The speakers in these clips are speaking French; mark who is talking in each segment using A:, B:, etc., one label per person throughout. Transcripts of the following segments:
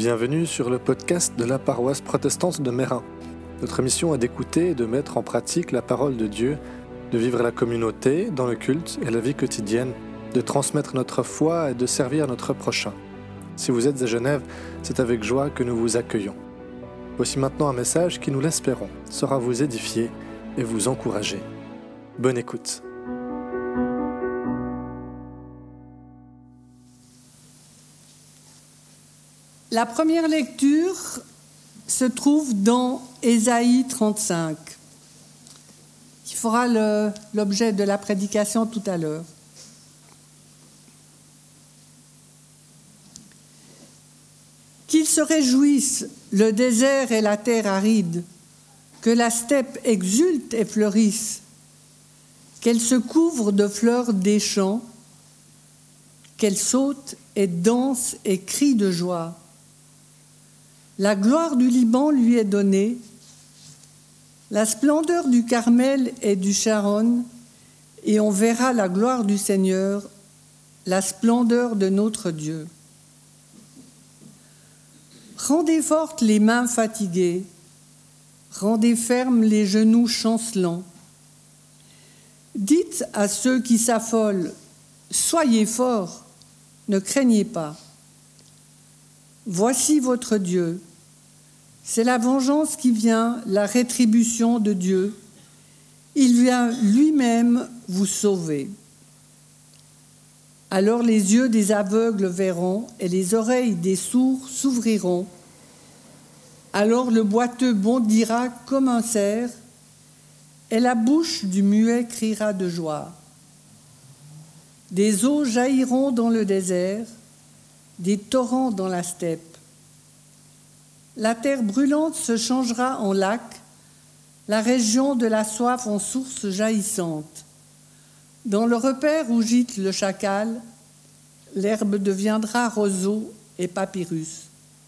A: Bienvenue sur le podcast de la paroisse protestante de Meyrin. Notre mission est d'écouter et de mettre en pratique la parole de Dieu, de vivre la communauté, dans le culte et la vie quotidienne, de transmettre notre foi et de servir notre prochain. Si vous êtes à Genève, c'est avec joie que nous vous accueillons. Voici maintenant un message qui, nous l'espérons, saura vous édifier et vous encourager. Bonne écoute.
B: La première lecture se trouve dans Ésaïe 35, qui fera l'objet de la prédication tout à l'heure. Qu'ils se réjouissent, le désert et la terre aride, que la steppe exulte et fleurisse, qu'elle se couvre de fleurs des champs, qu'elle saute et danse et crie de joie. La gloire du Liban lui est donnée, la splendeur du Carmel et du Sharon, et on verra la gloire du Seigneur, la splendeur de notre Dieu. Rendez fortes les mains fatiguées, rendez fermes les genoux chancelants. Dites à ceux qui s'affolent, soyez forts, ne craignez pas. Voici votre Dieu. C'est la vengeance qui vient, la rétribution de Dieu. Il vient lui-même vous sauver. Alors les yeux des aveugles verront et les oreilles des sourds s'ouvriront. Alors le boiteux bondira comme un cerf et la bouche du muet criera de joie. Des eaux jailliront dans le désert, des torrents dans la steppe. La terre brûlante se changera en lac, la région de la soif en source jaillissante. Dans le repaire où gîte le chacal, l'herbe deviendra roseau et papyrus.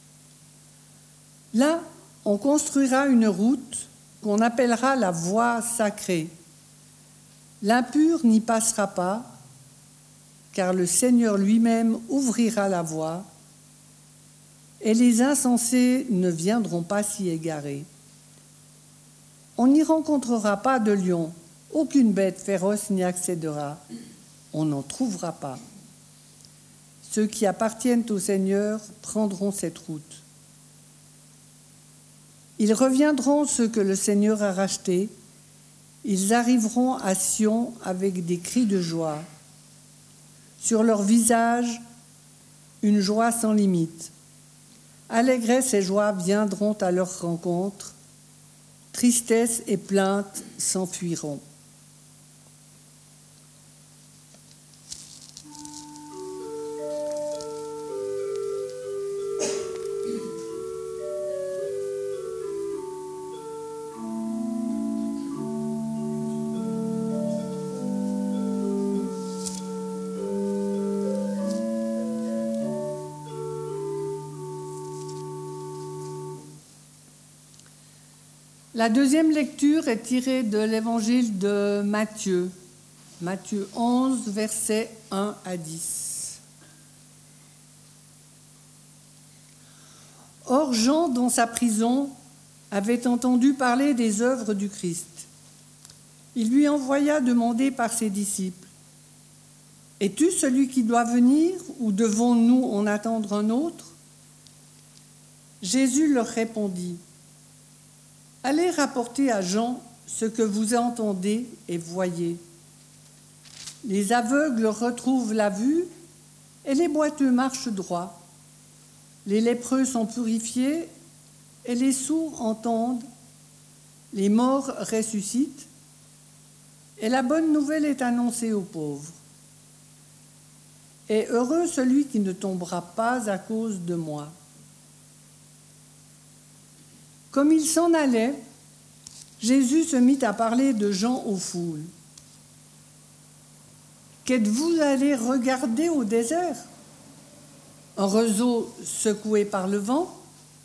B: Là, on construira une route qu'on appellera la voie sacrée. L'impur n'y passera pas, car le Seigneur lui-même ouvrira la voie, et les insensés ne viendront pas s'y égarer. On n'y rencontrera pas de lion, aucune bête féroce n'y accédera, on n'en trouvera pas. Ceux qui appartiennent au Seigneur prendront cette route. Ils reviendront ceux que le Seigneur a rachetés, ils arriveront à Sion avec des cris de joie. Sur leur visage, une joie sans limite. Allégresse et joie viendront à leur rencontre, tristesse et plainte s'enfuiront. La deuxième lecture est tirée de l'évangile de Matthieu, Matthieu 11, versets 1 à 10. Or, Jean, dans sa prison, avait entendu parler des œuvres du Christ. Il lui envoya demander par ses disciples, « Es-tu celui qui doit venir ou devons-nous en attendre un autre ?» Jésus leur répondit, « Allez rapporter à Jean ce que vous entendez et voyez. Les aveugles retrouvent la vue et les boiteux marchent droit. Les lépreux sont purifiés et les sourds entendent. Les morts ressuscitent et la bonne nouvelle est annoncée aux pauvres. Et heureux celui qui ne tombera pas à cause de moi. » Comme il s'en allait, Jésus se mit à parler de Jean aux foules. « Qu'êtes-vous allés regarder au désert ? Un roseau secoué par le vent ?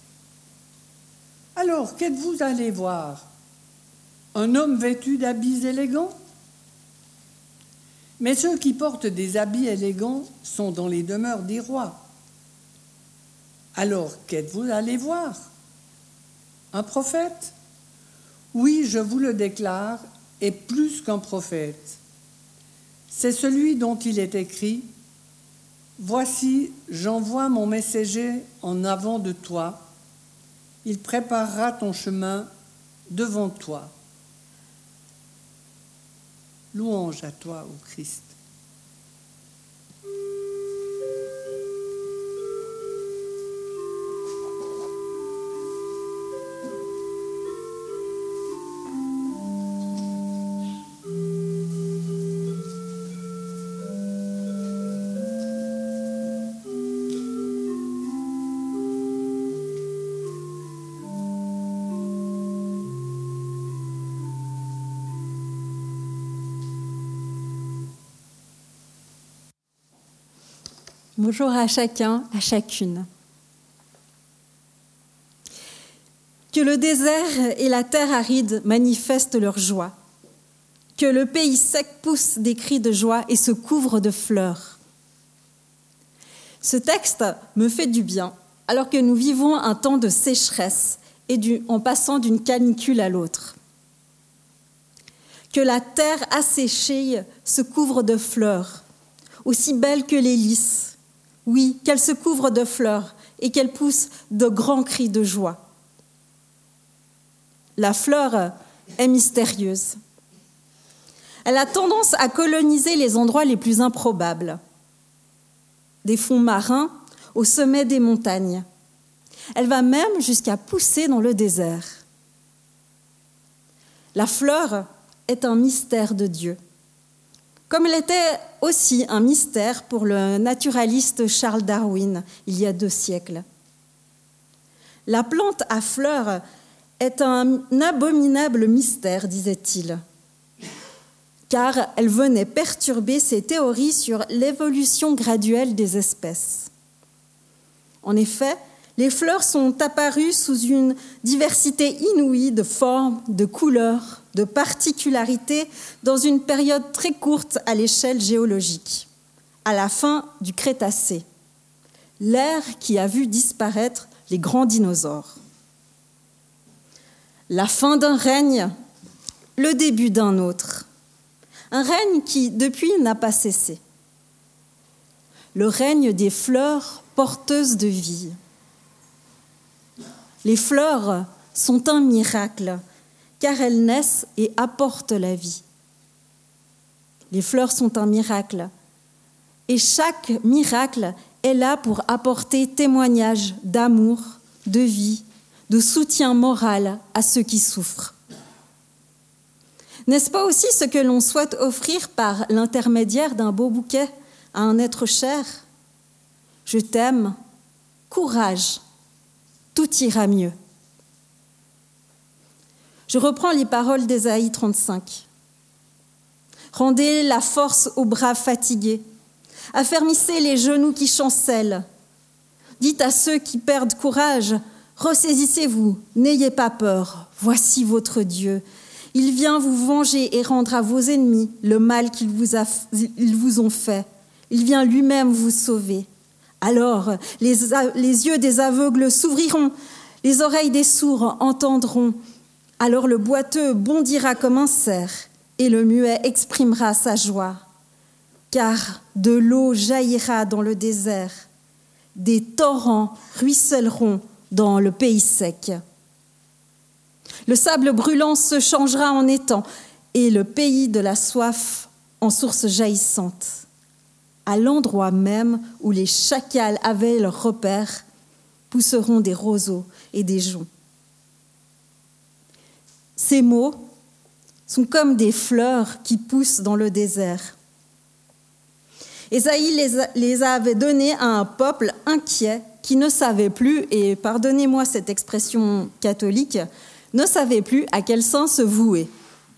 B: Alors, qu'êtes-vous allés voir ? Un homme vêtu d'habits élégants ? Mais ceux qui portent des habits élégants sont dans les demeures des rois. Alors, qu'êtes-vous allé voir? Un prophète? Oui, je vous le déclare, et plus qu'un prophète. C'est celui dont il est écrit « Voici, j'envoie mon messager en avant de toi. Il préparera ton chemin devant toi. » Louange à toi, ô Christ.
C: Bonjour à chacun, à chacune. Que le désert et la terre aride manifestent leur joie. Que le pays sec pousse des cris de joie et se couvre de fleurs. Ce texte me fait du bien, alors que nous vivons un temps de sécheresse et en passant d'une canicule à l'autre. Que la terre asséchée se couvre de fleurs, aussi belles que les lys. Oui, qu'elle se couvre de fleurs et qu'elle pousse de grands cris de joie. La fleur est mystérieuse. Elle a tendance à coloniser les endroits les plus improbables, des fonds marins au sommet des montagnes. Elle va même jusqu'à pousser dans le désert. La fleur est un mystère de Dieu. Comme elle était aussi un mystère pour le naturaliste Charles Darwin, il y a 2 siècles. La plante à fleurs est un abominable mystère, disait-il, car elle venait perturber ses théories sur l'évolution graduelle des espèces. En effet, les fleurs sont apparues sous une diversité inouïe de formes, de couleurs, de particularités dans une période très courte à l'échelle géologique, à la fin du Crétacé, l'ère qui a vu disparaître les grands dinosaures. La fin d'un règne, le début d'un autre. Un règne qui, depuis, n'a pas cessé. Le règne des fleurs porteuses de vie. Les fleurs sont un miracle, car elles naissent et apportent la vie. Les fleurs sont un miracle, et chaque miracle est là pour apporter témoignage d'amour, de vie, de soutien moral à ceux qui souffrent. N'est-ce pas aussi ce que l'on souhaite offrir par l'intermédiaire d'un beau bouquet à un être cher? Je t'aime, courage, tout ira mieux. Je reprends les paroles d'Ésaïe 35. Rendez la force aux bras fatigués, affermissez les genoux qui chancellent. Dites à ceux qui perdent courage, ressaisissez-vous, n'ayez pas peur, voici votre Dieu. Il vient vous venger et rendre à vos ennemis le mal qu'ils vous ont fait. Il vient lui-même vous sauver. Alors, les yeux des aveugles s'ouvriront, les oreilles des sourds entendront. Alors le boiteux bondira comme un cerf et le muet exprimera sa joie. Car de l'eau jaillira dans le désert, des torrents ruisselleront dans le pays sec. Le sable brûlant se changera en étang et le pays de la soif en source jaillissante. À l'endroit même où les chacals avaient leur repère, pousseront des roseaux et des joncs. Ces mots sont comme des fleurs qui poussent dans le désert. Ésaïe les avait donnés à un peuple inquiet qui ne savait plus, et pardonnez-moi cette expression catholique, ne savait plus à quel saint se vouer.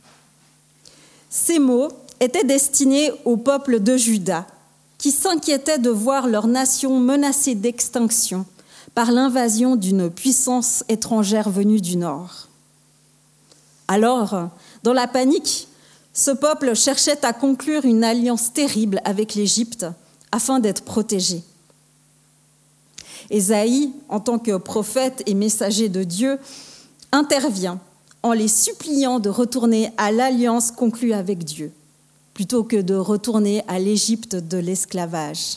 C: Ces mots étaient destinés au peuple de Juda, qui s'inquiétait de voir leur nation menacée d'extinction par l'invasion d'une puissance étrangère venue du nord. Alors, dans la panique, ce peuple cherchait à conclure une alliance terrible avec l'Égypte afin d'être protégé. Ésaïe, en tant que prophète et messager de Dieu, intervient en les suppliant de retourner à l'alliance conclue avec Dieu, plutôt que de retourner à l'Égypte de l'esclavage.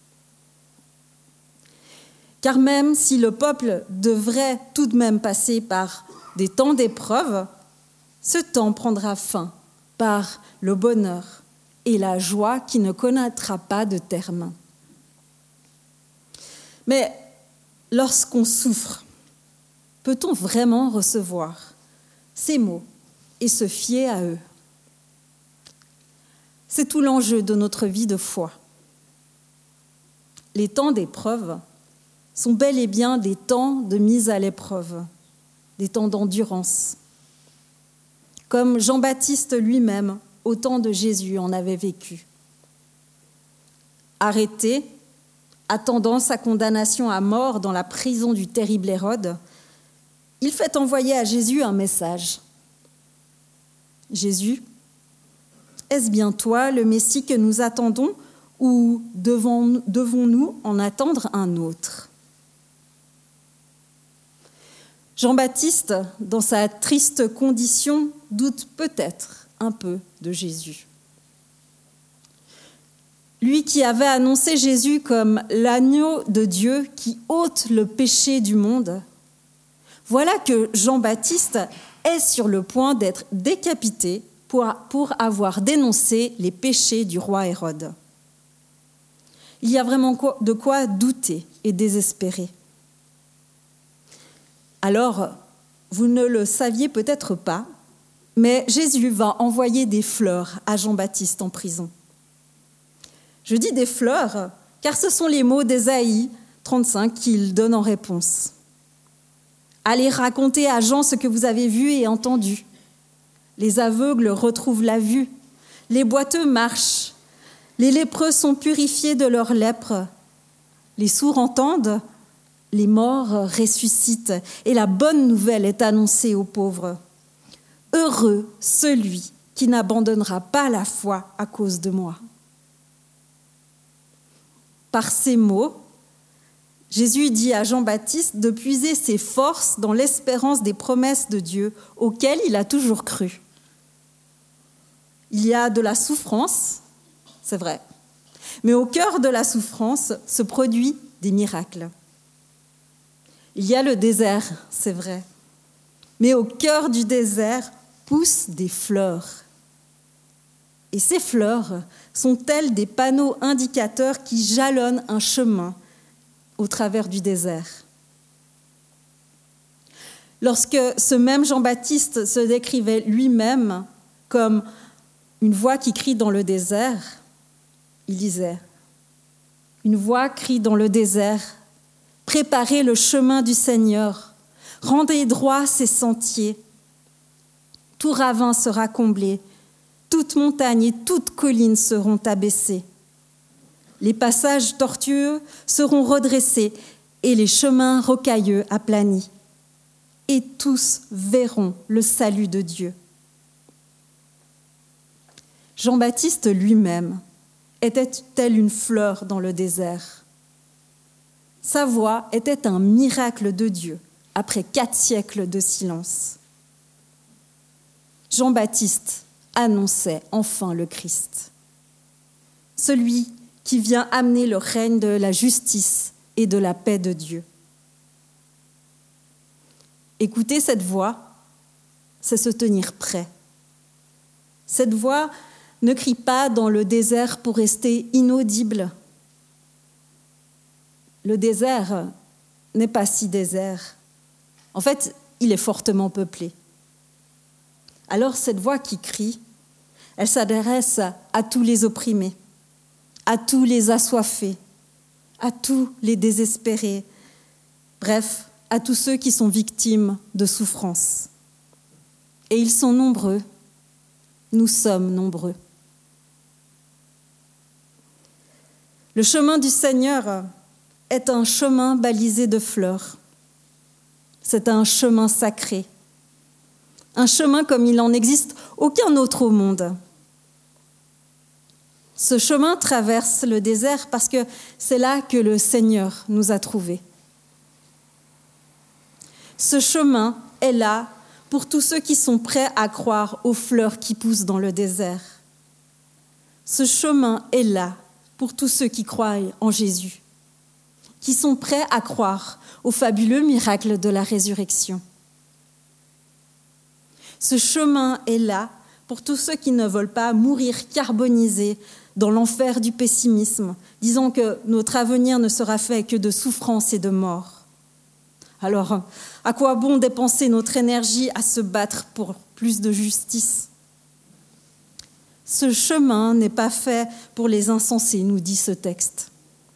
C: Car même si le peuple devrait tout de même passer par des temps d'épreuve, ce temps prendra fin par le bonheur et la joie qui ne connaîtra pas de terme. Mais lorsqu'on souffre, peut-on vraiment recevoir ces mots et se fier à eux? C'est tout l'enjeu de notre vie de foi. Les temps d'épreuve sont bel et bien des temps de mise à l'épreuve, des temps d'endurance. Comme Jean-Baptiste lui-même, au temps de Jésus, en avait vécu. Arrêté, attendant sa condamnation à mort dans la prison du terrible Hérode, il fait envoyer à Jésus un message. « Jésus, est-ce bien toi le Messie que nous attendons ou devons-nous en attendre un autre ?» Jean-Baptiste, dans sa triste condition, doute peut-être un peu de Jésus. Lui qui avait annoncé Jésus comme l'agneau de Dieu qui ôte le péché du monde, voilà que Jean-Baptiste est sur le point d'être décapité pour avoir dénoncé les péchés du roi Hérode. Il y a vraiment de quoi douter et désespérer. Alors, vous ne le saviez peut-être pas, mais Jésus va envoyer des fleurs à Jean-Baptiste en prison. Je dis des fleurs, car ce sont les mots d'Ésaïe 35 qu'il donne en réponse. Allez raconter à Jean ce que vous avez vu et entendu. Les aveugles retrouvent la vue, les boiteux marchent, les lépreux sont purifiés de leur lèpre, les sourds entendent, les morts ressuscitent et la bonne nouvelle est annoncée aux pauvres. Heureux celui qui n'abandonnera pas la foi à cause de moi. Par ces mots, Jésus dit à Jean-Baptiste de puiser ses forces dans l'espérance des promesses de Dieu auxquelles il a toujours cru. Il y a de la souffrance, c'est vrai, mais au cœur de la souffrance se produit des miracles. Il y a le désert, c'est vrai, mais au cœur du désert poussent des fleurs. Et ces fleurs sont-elles des panneaux indicateurs qui jalonnent un chemin au travers du désert? Lorsque ce même Jean-Baptiste se décrivait lui-même comme une voix qui crie dans le désert, il disait « Une voix crie dans le désert, préparez le chemin du Seigneur, rendez droit ses sentiers. Tout ravin sera comblé, toute montagne et toute colline seront abaissées. Les passages tortueux seront redressés et les chemins rocailleux aplanis. Et tous verront le salut de Dieu. » Jean-Baptiste lui-même était tel une fleur dans le désert. Sa voix était un miracle de Dieu après 4 siècles de silence. Jean-Baptiste annonçait enfin le Christ, celui qui vient amener le règne de la justice et de la paix de Dieu. Écouter cette voix, c'est se tenir prêt. Cette voix ne crie pas dans le désert pour rester inaudible. Le désert n'est pas si désert. En fait, il est fortement peuplé. Alors cette voix qui crie, elle s'adresse à tous les opprimés, à tous les assoiffés, à tous les désespérés, bref, à tous ceux qui sont victimes de souffrance. Et ils sont nombreux, nous sommes nombreux. Le chemin du Seigneur est un chemin balisé de fleurs. C'est un chemin sacré. Un chemin comme il n'en existe aucun autre au monde. Ce chemin traverse le désert parce que c'est là que le Seigneur nous a trouvés. Ce chemin est là pour tous ceux qui sont prêts à croire aux fleurs qui poussent dans le désert. Ce chemin est là pour tous ceux qui croient en Jésus, qui sont prêts à croire au fabuleux miracle de la résurrection. Ce chemin est là pour tous ceux qui ne veulent pas mourir carbonisés dans l'enfer du pessimisme, disant que notre avenir ne sera fait que de souffrance et de mort. Alors, à quoi bon dépenser notre énergie à se battre pour plus de justice ? Ce chemin n'est pas fait pour les insensés, nous dit ce texte.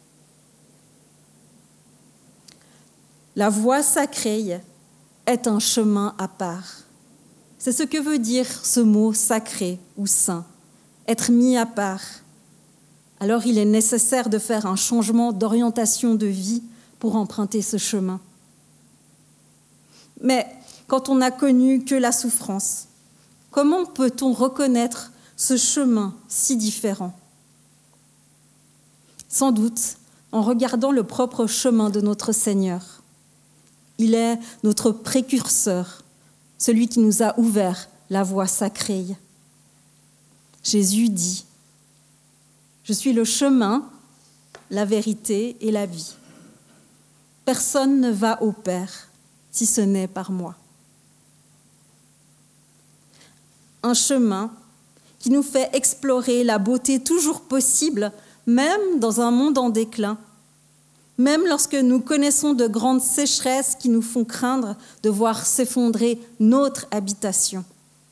C: La voie sacrée est un chemin à part. C'est ce que veut dire ce mot sacré ou saint, être mis à part. Alors il est nécessaire de faire un changement d'orientation de vie pour emprunter ce chemin. Mais quand on n'a connu que la souffrance, comment peut-on reconnaître ce chemin si différent ? Sans doute en regardant le propre chemin de notre Seigneur. Il est notre précurseur, celui qui nous a ouvert la voie sacrée. Jésus dit « Je suis le chemin, la vérité et la vie. Personne ne va au Père si ce n'est par moi. » Un chemin qui nous fait explorer la beauté toujours possible, même dans un monde en déclin, même lorsque nous connaissons de grandes sécheresses qui nous font craindre de voir s'effondrer notre habitation.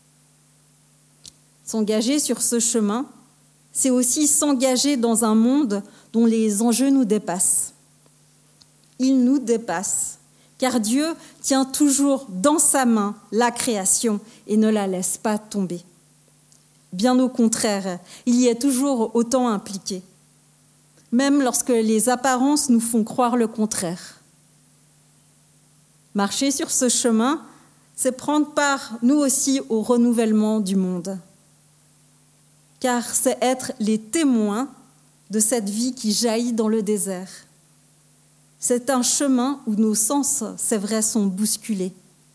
C: S'engager sur ce chemin, c'est aussi s'engager dans un monde dont les enjeux nous dépassent. Ils nous dépassent, car Dieu tient toujours dans sa main la création et ne la laisse pas tomber. Bien au contraire, il y est toujours autant impliqué, même lorsque les apparences nous font croire le contraire. Marcher sur ce chemin, c'est prendre part, nous aussi, au renouvellement du monde. Car c'est être les témoins de cette vie qui jaillit dans le désert. C'est un chemin où nos sens, c'est vrai, sont bousculés.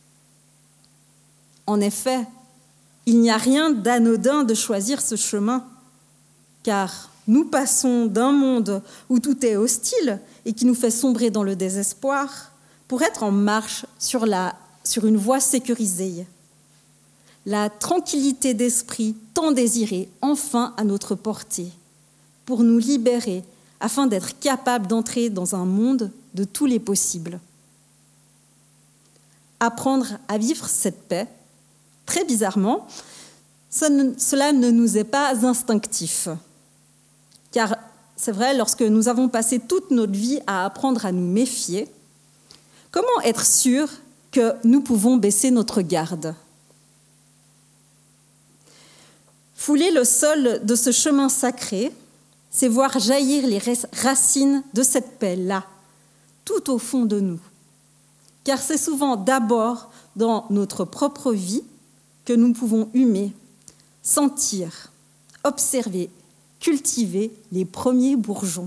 C: En effet, il n'y a rien d'anodin de choisir ce chemin, car nous passons d'un monde où tout est hostile et qui nous fait sombrer dans le désespoir pour être en marche sur une voie sécurisée. La tranquillité d'esprit tant désirée enfin à notre portée, pour nous libérer afin d'être capables d'entrer dans un monde de tous les possibles. Apprendre à vivre cette paix, très bizarrement, cela ne nous est pas instinctif. Car c'est vrai, lorsque nous avons passé toute notre vie à apprendre à nous méfier, comment être sûr que nous pouvons baisser notre garde ? Fouler le sol de ce chemin sacré, c'est voir jaillir les racines de cette paix-là, tout au fond de nous. Car c'est souvent d'abord dans notre propre vie que nous pouvons humer, sentir, observer, cultiver les premiers bourgeons.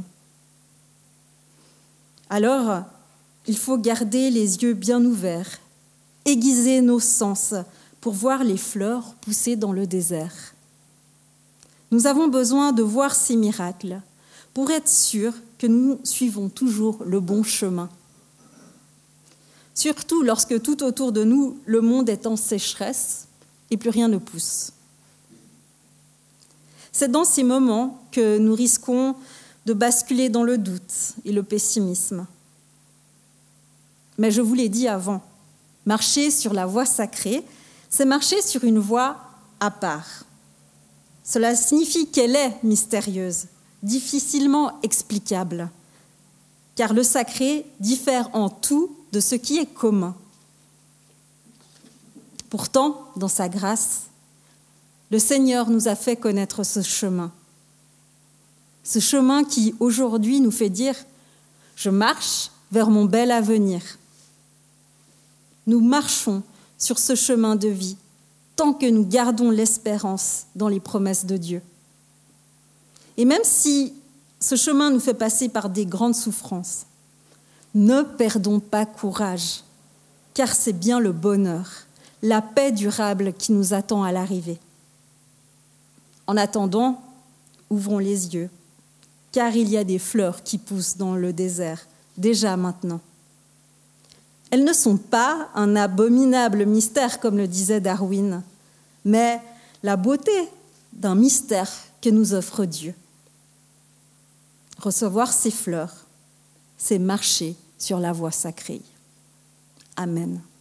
C: Alors, il faut garder les yeux bien ouverts, aiguiser nos sens pour voir les fleurs pousser dans le désert. Nous avons besoin de voir ces miracles pour être sûrs que nous suivons toujours le bon chemin. Surtout lorsque tout autour de nous, le monde est en sécheresse et plus rien ne pousse. C'est dans ces moments que nous risquons de basculer dans le doute et le pessimisme. Mais je vous l'ai dit avant, marcher sur la voie sacrée, c'est marcher sur une voie à part. Cela signifie qu'elle est mystérieuse, difficilement explicable, car le sacré diffère en tout de ce qui est commun. Pourtant, dans sa grâce, le Seigneur nous a fait connaître ce chemin qui, aujourd'hui, nous fait dire « Je marche vers mon bel avenir ». Nous marchons sur ce chemin de vie tant que nous gardons l'espérance dans les promesses de Dieu. Et même si ce chemin nous fait passer par des grandes souffrances, ne perdons pas courage. car c'est bien le bonheur, la paix durable qui nous attend à l'arrivée. En attendant, ouvrons les yeux, car il y a des fleurs qui poussent dans le désert, déjà maintenant. Elles ne sont pas un abominable mystère, comme le disait Darwin, mais la beauté d'un mystère que nous offre Dieu. Recevoir ces fleurs, c'est marcher sur la voie sacrée. Amen.